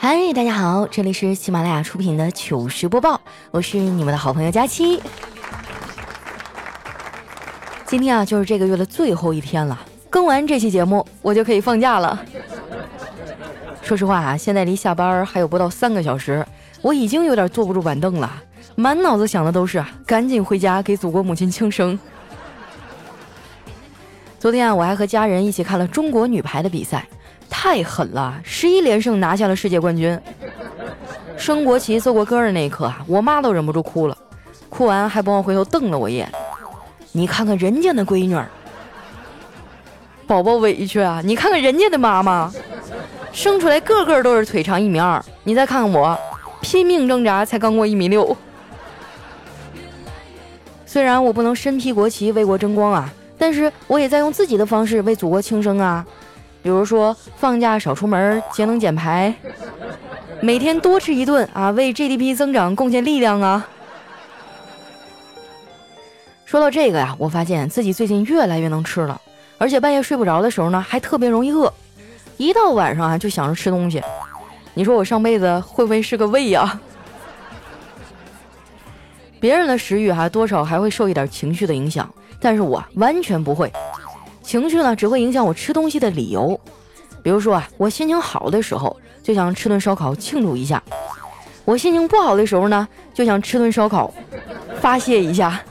嗨，大家好，这里是喜马拉雅出品的糗事播报，我是你们的好朋友佳期。今天啊，就是这个月的最后一天了，更完这期节目，我就可以放假了。说实话啊，现在离下班还有不到3个小时，我已经有点坐不住板凳了，满脑子想的都是赶紧回家给祖国母亲庆生。昨天啊，我还和家人一起看了中国女排的比赛，太狠了，11连胜拿下了世界冠军。升国旗奏过歌的那一刻啊，我妈都忍不住哭了，哭完还不忘回头瞪了我一眼。你看看人家的闺女儿，宝宝委屈啊，你看看人家的妈妈，生出来个个都是腿长1.2米，你再看看我，拼命挣扎才刚过1.6米。虽然我不能身披国旗为国争光啊，但是我也在用自己的方式为祖国庆生啊。比如说放假少出门，节能减排，每天多吃一顿啊，为 GDP 增长贡献力量啊。说到这个呀，我发现自己最近越来越能吃了，而且半夜睡不着的时候呢，还特别容易饿，一到晚上就想着吃东西。你说我上辈子会不会是个胃呀？别人的食欲多少还会受一点情绪的影响，但是我完全不会。情绪呢，只会影响我吃东西的理由。比如说我心情好的时候就想吃顿烧烤庆祝一下，我心情不好的时候呢就想吃顿烧烤发泄一下。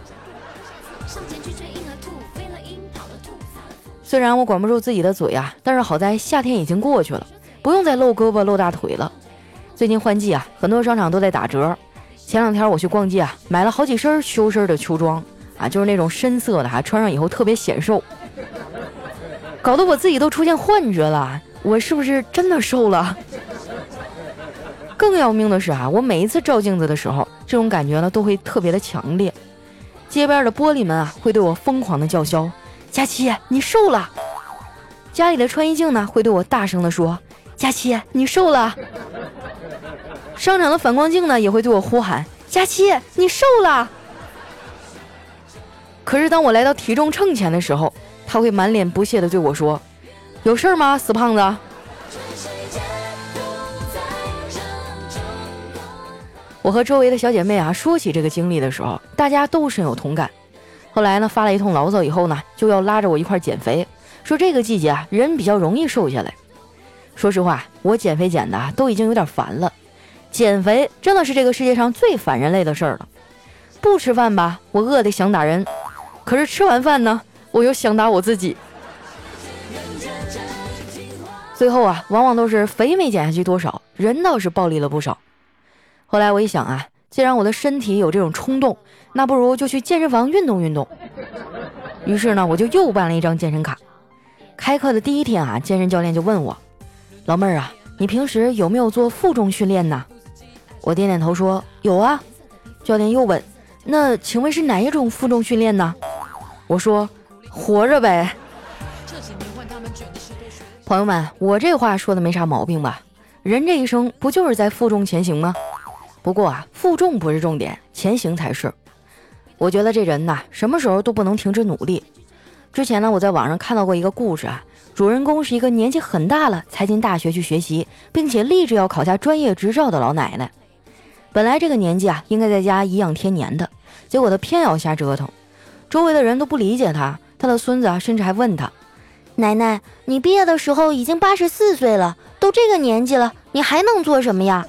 虽然我管不住自己的嘴但是好在夏天已经过去了，不用再露胳膊露大腿了。最近换季很多商场都在打折。前2天我去逛街买了好几身修身的秋装就是那种深色的穿上以后特别显瘦，搞得我自己都出现幻觉了，我是不是真的瘦了？更要命的是我每一次照镜子的时候，这种感觉呢都会特别的强烈。街边的玻璃们会对我疯狂的叫嚣：佳期你瘦了。家里的穿衣镜呢会对我大声的说：佳期你瘦了。商场的反光镜呢也会对我呼喊：佳期你瘦了。可是当我来到体重秤前的时候，他会满脸不屑地对我说：有事吗，死胖子？我和周围的小姐妹说起这个经历的时候，大家都深有同感。后来呢，发了一通牢骚以后呢，就要拉着我一块减肥，说这个季节人比较容易瘦下来。说实话，我减肥减的都已经有点烦了。减肥真的是这个世界上最反人类的事儿了。不吃饭吧，我饿得想打人，可是吃完饭呢，我又想打我自己。最后往往都是肥没减下去多少，人倒是暴利了不少。后来我一想既然我的身体有这种冲动，那不如就去健身房运动运动。于是呢，我就又办了一张健身卡。开课的第1天健身教练就问我：老妹儿你平时有没有做负重训练呢？我点点头说有啊。教练又问：那请问是哪一种负重训练呢？我说活着呗。朋友们，我这话说的没啥毛病吧？人这一生不就是在负重前行吗？不过负重不是重点，前行才是。我觉得这人什么时候都不能停止努力。之前呢，我在网上看到过一个故事主人公是一个年纪很大了才进大学去学习，并且立志要考下专业执照的老奶奶。本来这个年纪应该在家颐养天年的，结果他偏要瞎折腾。周围的人都不理解他，他的孙子甚至还问他：奶奶，你毕业的时候已经84岁了，都这个年纪了，你还能做什么呀？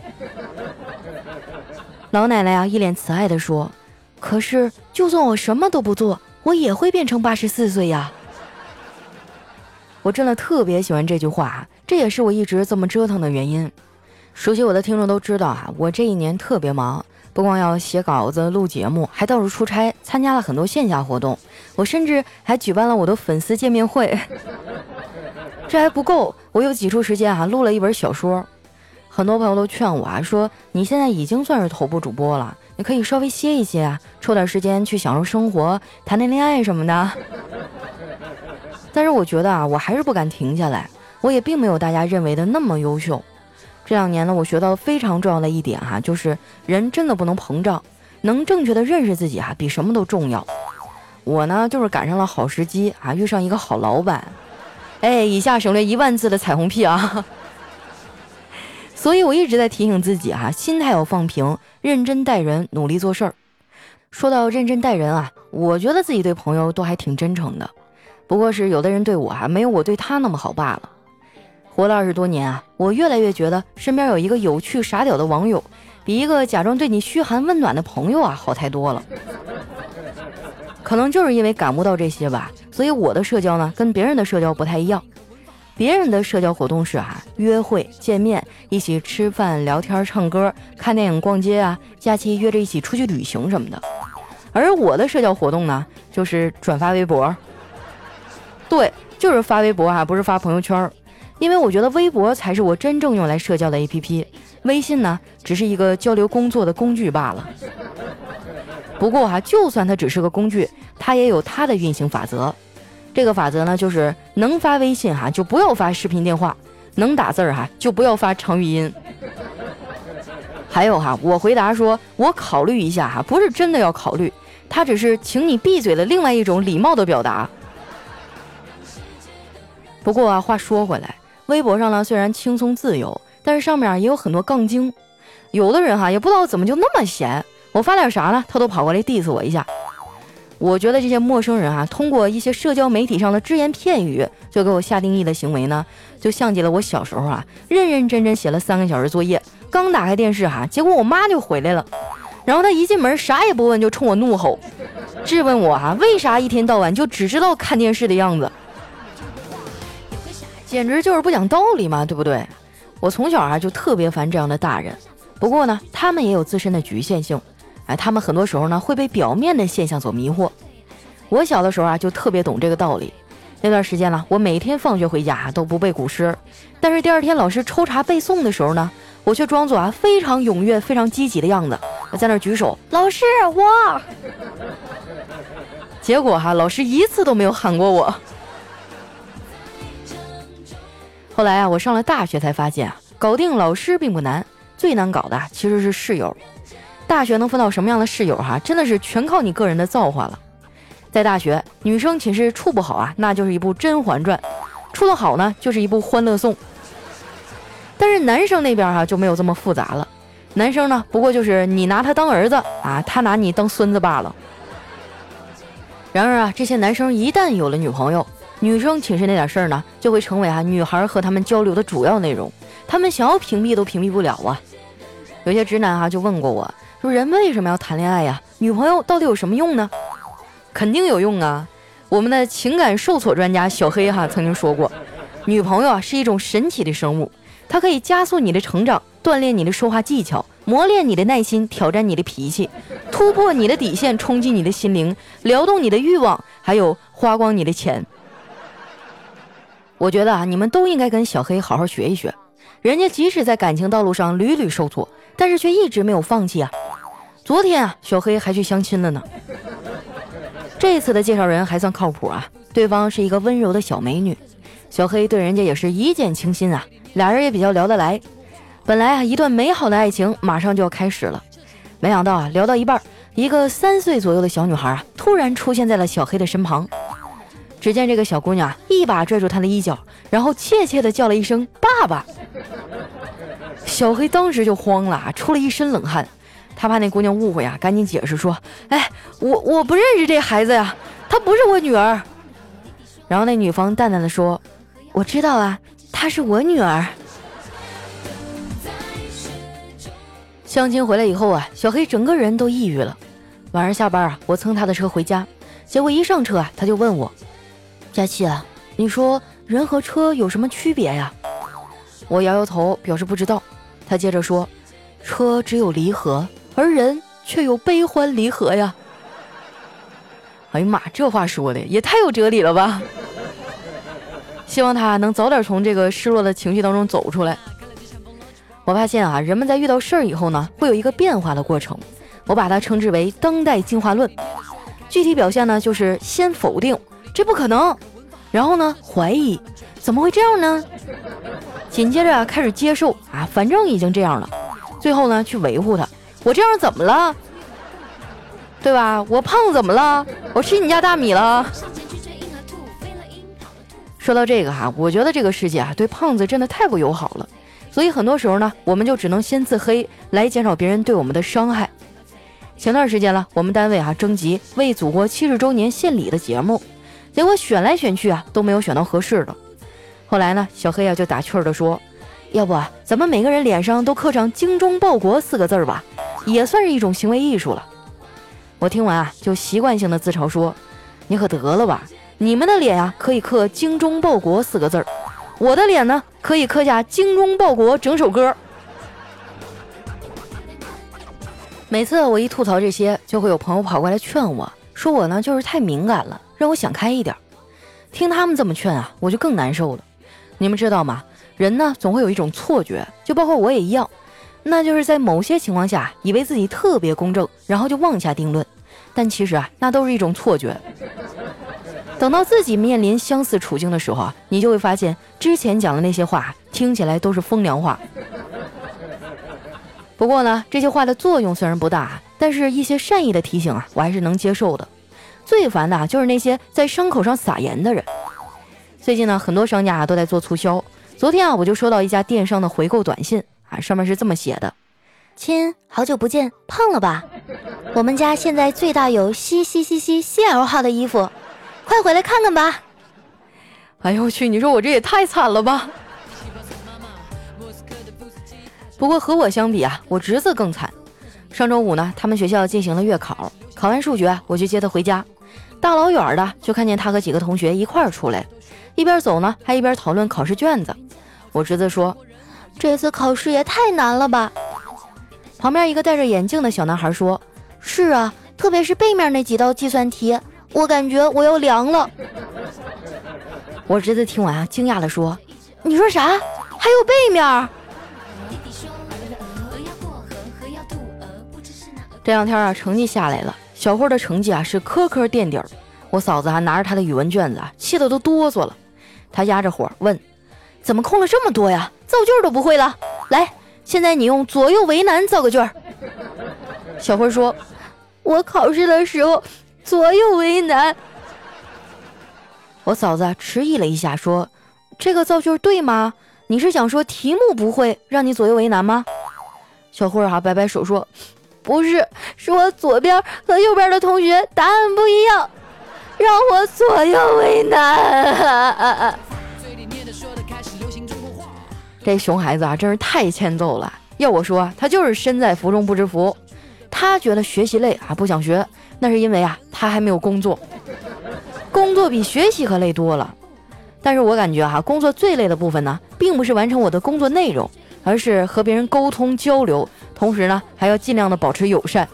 老奶奶一脸慈爱地说：可是就算我什么都不做，我也会变成84岁呀。我真的特别喜欢这句话这也是我一直这么折腾的原因。熟悉我的听众都知道我这一年特别忙，不光要写稿子录节目，还到处出差，参加了很多线下活动，我甚至还举办了我的粉丝见面会。这还不够，我又挤出时间录了一本小说。很多朋友都劝我说你现在已经算是头部主播了，你可以稍微歇一歇抽点时间去享受生活，谈谈恋爱什么的。但是我觉得我还是不敢停下来，我也并没有大家认为的那么优秀。这2年呢，我学到非常重要的一点就是人真的不能膨胀，能正确的认识自己比什么都重要。我呢就是赶上了好时机遇上一个好老板。以下省略10000字的彩虹屁所以我一直在提醒自己心态要放平，认真待人，努力做事儿。说到认真待人我觉得自己对朋友都还挺真诚的，不过是有的人对我没有我对他那么好罢了。活了20多年我越来越觉得身边有一个有趣傻屌的网友，比一个假装对你嘘寒问暖的朋友好太多了。可能就是因为感悟到这些吧，所以我的社交呢跟别人的社交不太一样。别人的社交活动是约会、见面、一起吃饭、聊天、唱歌、看电影、逛街假期约着一起出去旅行什么的。而我的社交活动呢，就是转发微博。对，就是发微博不是发朋友圈。因为我觉得微博才是我真正用来社交的 APP， 微信呢只是一个交流工作的工具罢了。不过就算它只是个工具，它也有它的运行法则。这个法则呢，就是能发微信就不要发视频电话，能打字就不要发长语音。还有我回答说我考虑一下不是真的要考虑，它只是请你闭嘴的另外一种礼貌的表达。不过话说回来，微博上呢虽然轻松自由，但是上面也有很多杠精。有的人也不知道怎么就那么闲，我发点啥呢，他都跑过来 diss 我一下。我觉得这些陌生人通过一些社交媒体上的只言片语就给我下定义的行为呢，就像极了我小时候认认真真写了3个小时作业，刚打开电视结果我妈就回来了，然后她一进门啥也不问就冲我怒吼，质问我为啥一天到晚就只知道看电视的样子，简直就是不讲道理嘛，对不对？我从小就特别烦这样的大人，不过呢他们也有自身的局限性，他们很多时候呢会被表面的现象所迷惑。我小的时候就特别懂这个道理。那段时间呢，我每天放学回家都不背古诗，但是第二天老师抽查背诵的时候呢，我却装作非常踊跃非常积极的样子，在那举手，老师我。结果老师一次都没有喊过我。后来我上了大学才发现搞定老师并不难，最难搞的其实是室友。大学能分到什么样的室友真的是全靠你个人的造化了。在大学，女生寝室处不好那就是一部《甄嬛传》，处得好呢就是一部《欢乐颂》。但是男生那边就没有这么复杂了，男生呢不过就是你拿他当儿子他拿你当孙子罢了。然而这些男生一旦有了女朋友，女生寝室那点事儿呢就会成为女孩和他们交流的主要内容，他们想要屏蔽都屏蔽不了有些直男就问过我，说人为什么要谈恋爱呀？女朋友到底有什么用呢？肯定有用我们的情感受挫专家小黑曾经说过，女朋友是一种神奇的生物，它可以加速你的成长，锻炼你的说话技巧，磨练你的耐心，挑战你的脾气，突破你的底线，冲击你的心灵，撩动你的欲望，还有花光你的钱。我觉得你们都应该跟小黑好好学一学，人家即使在感情道路上屡屡受挫，但是却一直没有放弃昨天小黑还去相亲了呢。这次的介绍人还算靠谱对方是一个温柔的小美女，小黑对人家也是一见倾心俩人也比较聊得来。本来一段美好的爱情马上就要开始了，没想到聊到一半，一个3岁左右的小女孩突然出现在了小黑的身旁。只见这个小姑娘一把拽住他的衣角，然后怯怯地叫了一声爸爸。小黑当时就慌了出了一身冷汗，他怕那姑娘误会赶紧解释说，我不认识这孩子呀，她不是我女儿。然后那女方淡淡的说，我知道她是我女儿。相亲回来以后小黑整个人都抑郁了。晚上下班我蹭他的车回家，结果一上车他就问我，佳琪你说人和车有什么区别呀？我摇摇头表示不知道。他接着说，车只有离合，而人却有悲欢离合呀。哎呀妈，这话说的也太有哲理了吧。希望他能早点从这个失落的情绪当中走出来。我发现人们在遇到事儿以后呢，会有一个变化的过程，我把它称之为当代进化论。具体表现呢，就是先否定，这不可能，然后呢怀疑，怎么会这样呢？紧接着开始接受反正已经这样了，最后呢去维护它，我这样怎么了？对吧？我胖怎么了？我吃你家大米了？说到这个我觉得这个世界对胖子真的太不友好了。 所以很多时候呢，我们就只能先自黑，来减少别人对我们的伤害。前段时间了，我们单位征集为祖国70周年献礼的节目，结果选来选去都没有选到合适的。后来呢，小黑就打趣儿的说，要不咱们每个人脸上都刻上精忠报国4个字吧，也算是一种行为艺术了。我听完就习惯性的自嘲说，你可得了吧，你们的脸可以刻精忠报国4个字，我的脸呢可以刻下精忠报国整首歌。每次我一吐槽这些，就会有朋友跑过来劝我，说我呢就是太敏感了，让我想开一点。听他们这么劝我就更难受了。你们知道吗？人呢总会有一种错觉，就包括我也一样，那就是在某些情况下以为自己特别公正，然后就妄下定论，但其实那都是一种错觉。等到自己面临相似处境的时候你就会发现之前讲的那些话听起来都是风凉话。不过呢，这些话的作用虽然不大，但是一些善意的提醒我还是能接受的。最烦的就是那些在伤口上撒盐的人。最近呢，很多商家都在做促销。昨天我就收到一家电商的回购短信上面是这么写的：亲，好久不见，胖了吧？我们家现在最大有CL 号的衣服，快回来看看吧。哎呦我去，你说我这也太惨了吧。不过和我相比我侄子更惨。上周五呢，他们学校进行了月考，考完数学我去接他回家，大老远的就看见他和几个同学一块儿出来，一边走呢还一边讨论考试卷子。我侄子说，这次考试也太难了吧。旁边一个戴着眼镜的小男孩说，是啊，特别是背面那几道计算题，我感觉我要凉了。我侄子听完惊讶地说，你说啥？还有背面？这两天成绩下来了，小慧的成绩是科科垫底儿。我嫂子拿着她的语文卷子气得都哆嗦了。她压着火问，怎么空了这么多呀？造句都不会了。来，现在你用左右为难造个句儿。小慧说，我考试的时候左右为难。我嫂子迟疑了一下说，这个造句对吗？你是想说题目不会让你左右为难吗？小慧摆摆手说，不是，是我左边和右边的同学答案不一样，让我左右为难。这熊孩子真是太欠揍了。要我说他就是身在福中不知福。他觉得学习累不想学，那是因为他还没有工作。工作比学习可累多了。但是我感觉工作最累的部分呢，并不是完成我的工作内容，而是和别人沟通交流，同时呢还要尽量的保持友善。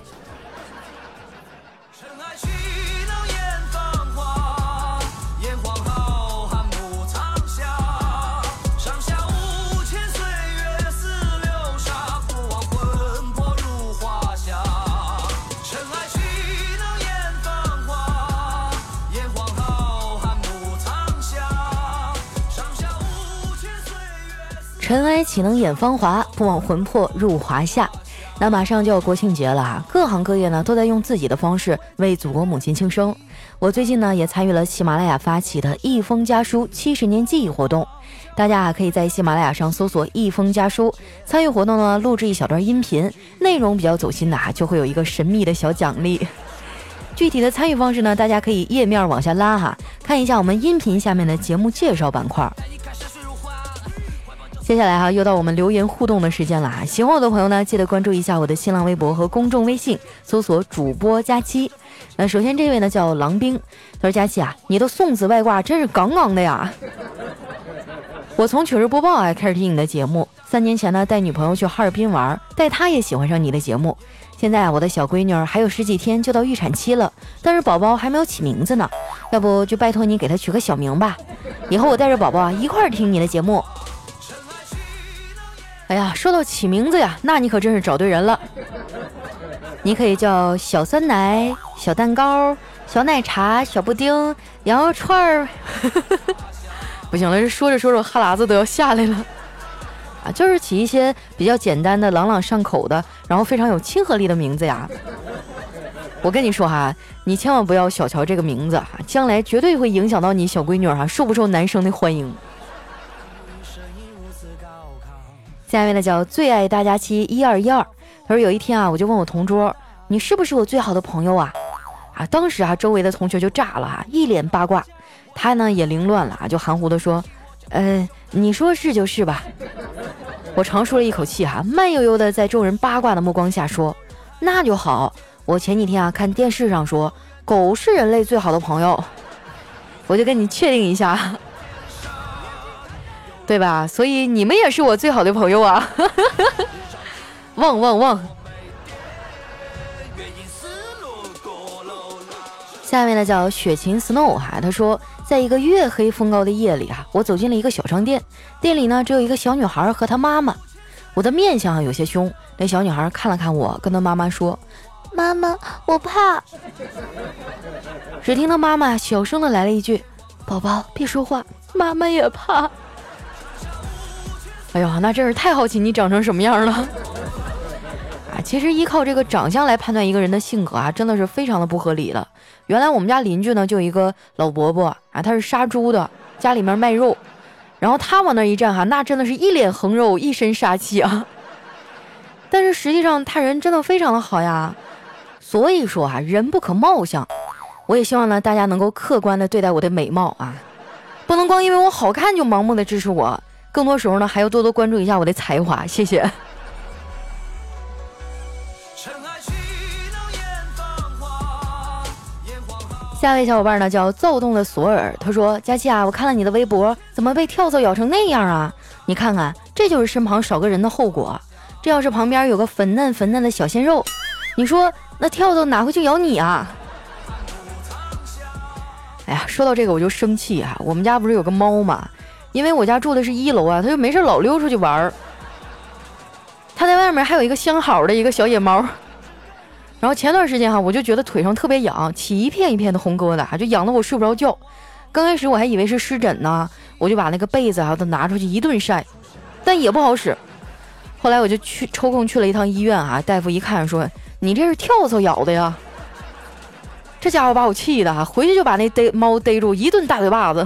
尘埃岂能掩芳华，不枉魂魄入华夏。那马上就要国庆节了各行各业呢都在用自己的方式为祖国母亲庆生。我最近呢也参与了喜马拉雅发起的一封家书70年记忆活动，大家可以在喜马拉雅上搜索一封家书，参与活动呢录制一小段音频，内容比较走心的就会有一个神秘的小奖励。具体的参与方式呢，大家可以页面往下拉看一下我们音频下面的节目介绍板块。接下来又到我们留言互动的时间了喜欢我的朋友呢，记得关注一下我的新浪微博和公众微信，搜索主播佳期。那首先这位呢叫郎兵，他说佳期你的送子外挂真是杠杠的呀。我从糗事播报开始听你的节目，3年前呢带女朋友去哈尔滨玩，带她也喜欢上你的节目。现在我的小闺女还有10几天就到预产期了，但是宝宝还没有起名字呢，要不就拜托你给她取个小名吧，以后我带着宝宝一块儿听你的节目。哎呀，说到起名字呀，那你可真是找对人了。你可以叫小酸奶、小蛋糕、小奶茶、小布丁、羊肉串儿。不行了，这说着说着哈喇子都要下来了就是起一些比较简单的朗朗上口的，然后非常有亲和力的名字呀。我跟你说你千万不要小瞧这个名字将来绝对会影响到你小闺女受不受男生的欢迎。 下面的叫最爱大家期1212，他说有一天啊，我就问我同桌，你是不是我最好的朋友啊？当时周围的同学就炸了一脸八卦，他呢也凌乱了就含糊的说，你说是就是吧。我长舒了一口气慢悠悠的在众人八卦的目光下说，那就好，我前几天看电视上说狗是人类最好的朋友，我就跟你确定一下，对吧？所以你们也是我最好的朋友啊。汪汪汪。下面呢叫雪晴 Snow 他说在一个月黑风高的夜里我走进了一个小商店，店里呢只有一个小女孩和她妈妈。我的面相有些凶，那小女孩看了看我，跟她妈妈说，妈妈我怕。只听她妈妈小声的来了一句，宝宝别说话，妈妈也怕。哎呦，那真是太好奇你长成什么样了。其实依靠这个长相来判断一个人的性格真的是非常的不合理了。原来我们家邻居呢就有一个老伯伯他是杀猪的，家里面卖肉，然后他往那一站那真的是一脸横肉，一身杀气但是实际上他人真的非常的好呀。所以说人不可貌相。我也希望呢大家能够客观的对待我的美貌不能光因为我好看就盲目的支持我，更多时候呢还要多多关注一下我的才华，谢谢。下位小伙伴呢叫躁动的索尔，他说佳期我看了你的微博，怎么被跳蚤咬成那样啊？你看看，这就是身旁少个人的后果。这要是旁边有个粉嫩粉嫩的小鲜肉，你说那跳蚤哪会去咬你啊？哎呀，说到这个我就生气我们家不是有个猫嘛，因为我家住的是1楼它就没事老溜出去玩，它在外面还有一个相好的一个小野猫。然后前段时间我就觉得腿上特别痒，起一片一片的红疙瘩就痒得我睡不着觉。刚开始我还以为是湿疹呢，我就把那个被子都拿出去一顿晒，但也不好使。后来我就抽空去了一趟医院大夫一看说，你这是跳蚤咬的呀。这家伙把我气的回去就把那猫逮住一顿大嘴巴子。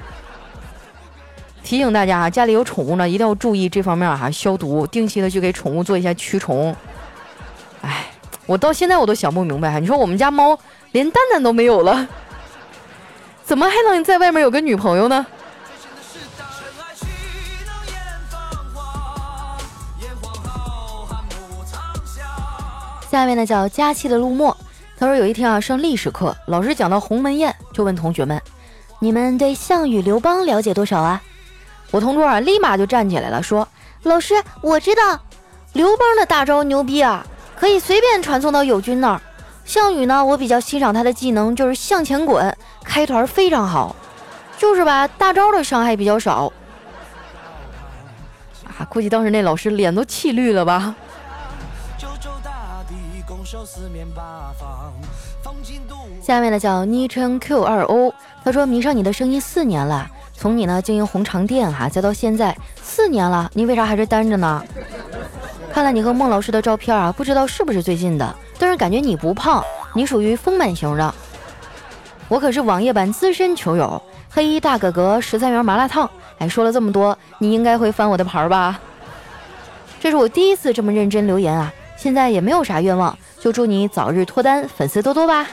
提醒大家家里有宠物呢，一定要注意这方面消毒，定期的去给宠物做一下驱虫。哎，我到现在我都想不明白你说我们家猫连蛋蛋都没有了，怎么还能在外面有个女朋友呢？下面呢叫佳期的陆墨，他说有一天上历史课，老师讲到鸿门宴，就问同学们，你们对项羽刘邦了解多少啊？我同桌立马就站起来了，说老师我知道，刘邦的大招牛逼可以随便传送到友军那儿。项羽呢，我比较欣赏他的技能就是向前滚，开团非常好，就是吧大招的伤害比较少估计当时那老师脸都气绿了吧。下面呢叫昵称 Q2O， 他说迷上你的声音4年了，从你呢经营红肠店再到现在4年了，你为啥还是单着呢？看了你和孟老师的照片不知道是不是最近的，但是感觉你不胖，你属于丰满型的。我可是网页版资深球友，黑衣大哥哥13元麻辣烫。说了这么多，你应该会翻我的牌吧？这是我第一次这么认真留言现在也没有啥愿望，就祝你早日脱单，粉丝多多吧。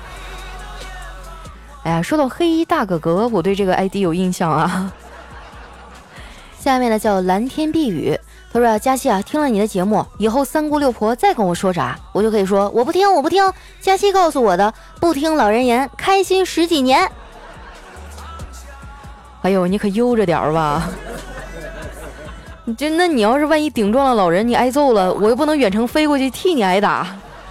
哎呀，说到黑衣大哥哥，我对这个 ID 有印象下面呢叫蓝天碧宇，他说佳期听了你的节目以后，三姑六婆再跟我说啥，我就可以说我不听我不听，佳期告诉我的，不听老人言，开心10几年。哎呦，你可悠着点吧。那你要是万一顶撞了老人，你挨揍了，我又不能远程飞过去替你挨打。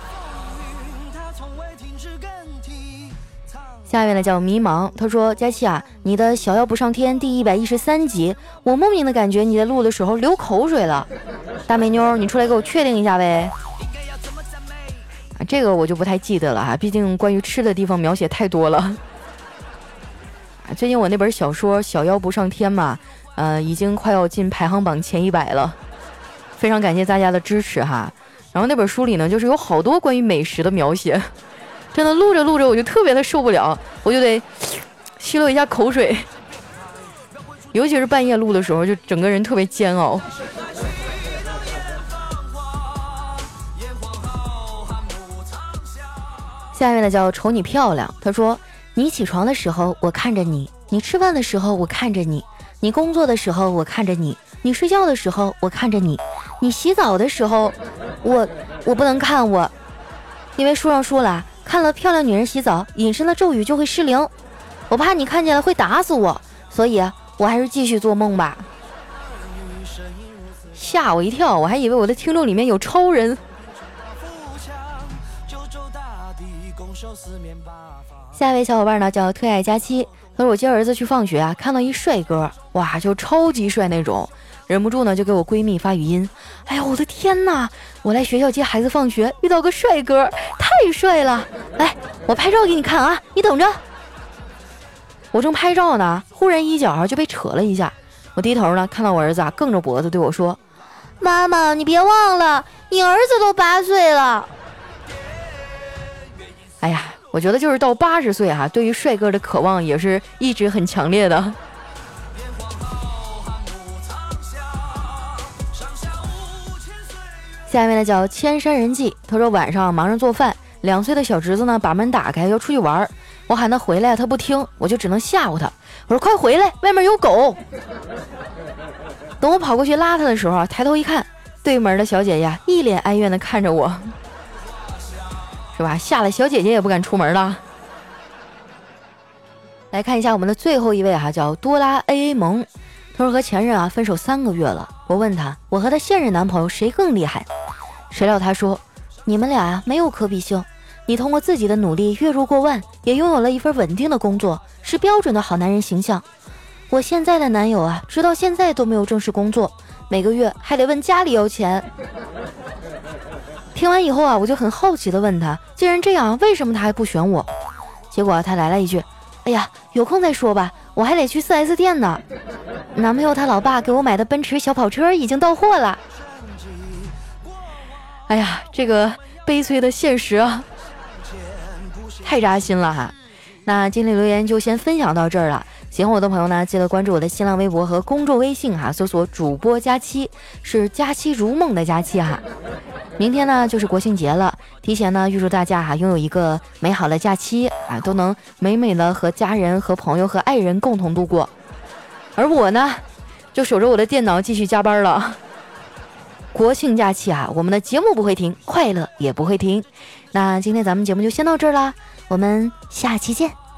下面呢叫迷茫，他说佳期你的小妖不上天第113集，我莫名的感觉你在录的时候流口水了，大美妞你出来给我确定一下呗。这个我就不太记得了毕竟关于吃的地方描写太多了。最近我那本小说小妖不上天嘛，已经快要进排行榜前100了，非常感谢大家的支持然后那本书里呢就是有好多关于美食的描写，真的录着录着我就特别的受不了，我就得吸了一下口水，尤其是半夜录的时候就整个人特别煎熬。 下面的叫瞅你漂亮，他说你起床的时候我看着你，你吃饭的时候我看着你，你工作的时候我看着你，你睡觉的时候我看着你，你洗澡的时候我不能看我，因为书上说了，看了漂亮女人洗澡，隐身的咒语就会失灵，我怕你看见了会打死我，所以我还是继续做梦吧。吓我一跳，我还以为我的听众里面有超人。下一位小伙伴呢叫特爱佳期，他说我接儿子去放学啊，看到一帅哥，哇，就超级帅那种，忍不住呢就给我闺蜜发语音，哎呀我的天哪，我来学校接孩子放学遇到个帅哥，太帅了，来我拍照给你看啊，你等着。我正拍照呢，忽然衣角就被扯了一下，我低头呢看到我儿子啊梗着脖子对我说，妈妈你别忘了你儿子都8岁了。哎呀，我觉得就是到80岁哈，对于帅哥的渴望也是一直很强烈的。下面呢叫千山人迹，他说晚上忙着做饭，2岁的小侄子呢把门打开要出去玩，我喊他回来他不听，我就只能吓唬他，我说快回来，外面有狗。等我跑过去拉他的时候，抬头一看，对门的小姐姐一脸哀怨地看着我，是吧？吓了小姐姐也不敢出门了。来看一下我们的最后一位叫多拉 AA 萌，他说和前任分手3个月了，我问他我和他现任男朋友谁更厉害，谁料他说你们俩没有可比性，你通过自己的努力月入过万，也拥有了一份稳定的工作，是标准的好男人形象。我现在的男友直到现在都没有正式工作，每个月还得问家里要钱。听完以后我就很好奇的问他，既然这样为什么他还不选我？结果他来了一句，哎呀有空再说吧，我还得去 4S 店呢，男朋友他老爸给我买的奔驰小跑车已经到货了。哎呀，这个悲催的现实太扎心了哈。那今天留言就先分享到这儿了，喜欢我的朋友呢，记得关注我的新浪微博和公众微信搜索主播佳期，是佳期如梦的佳期明天呢就是国庆节了，提前呢预祝大家拥有一个美好的假期都能美美的和家人和朋友和爱人共同度过。而我呢就守着我的电脑继续加班了。国庆假期我们的节目不会停，快乐也不会停。那今天咱们节目就先到这儿啦，我们下期见。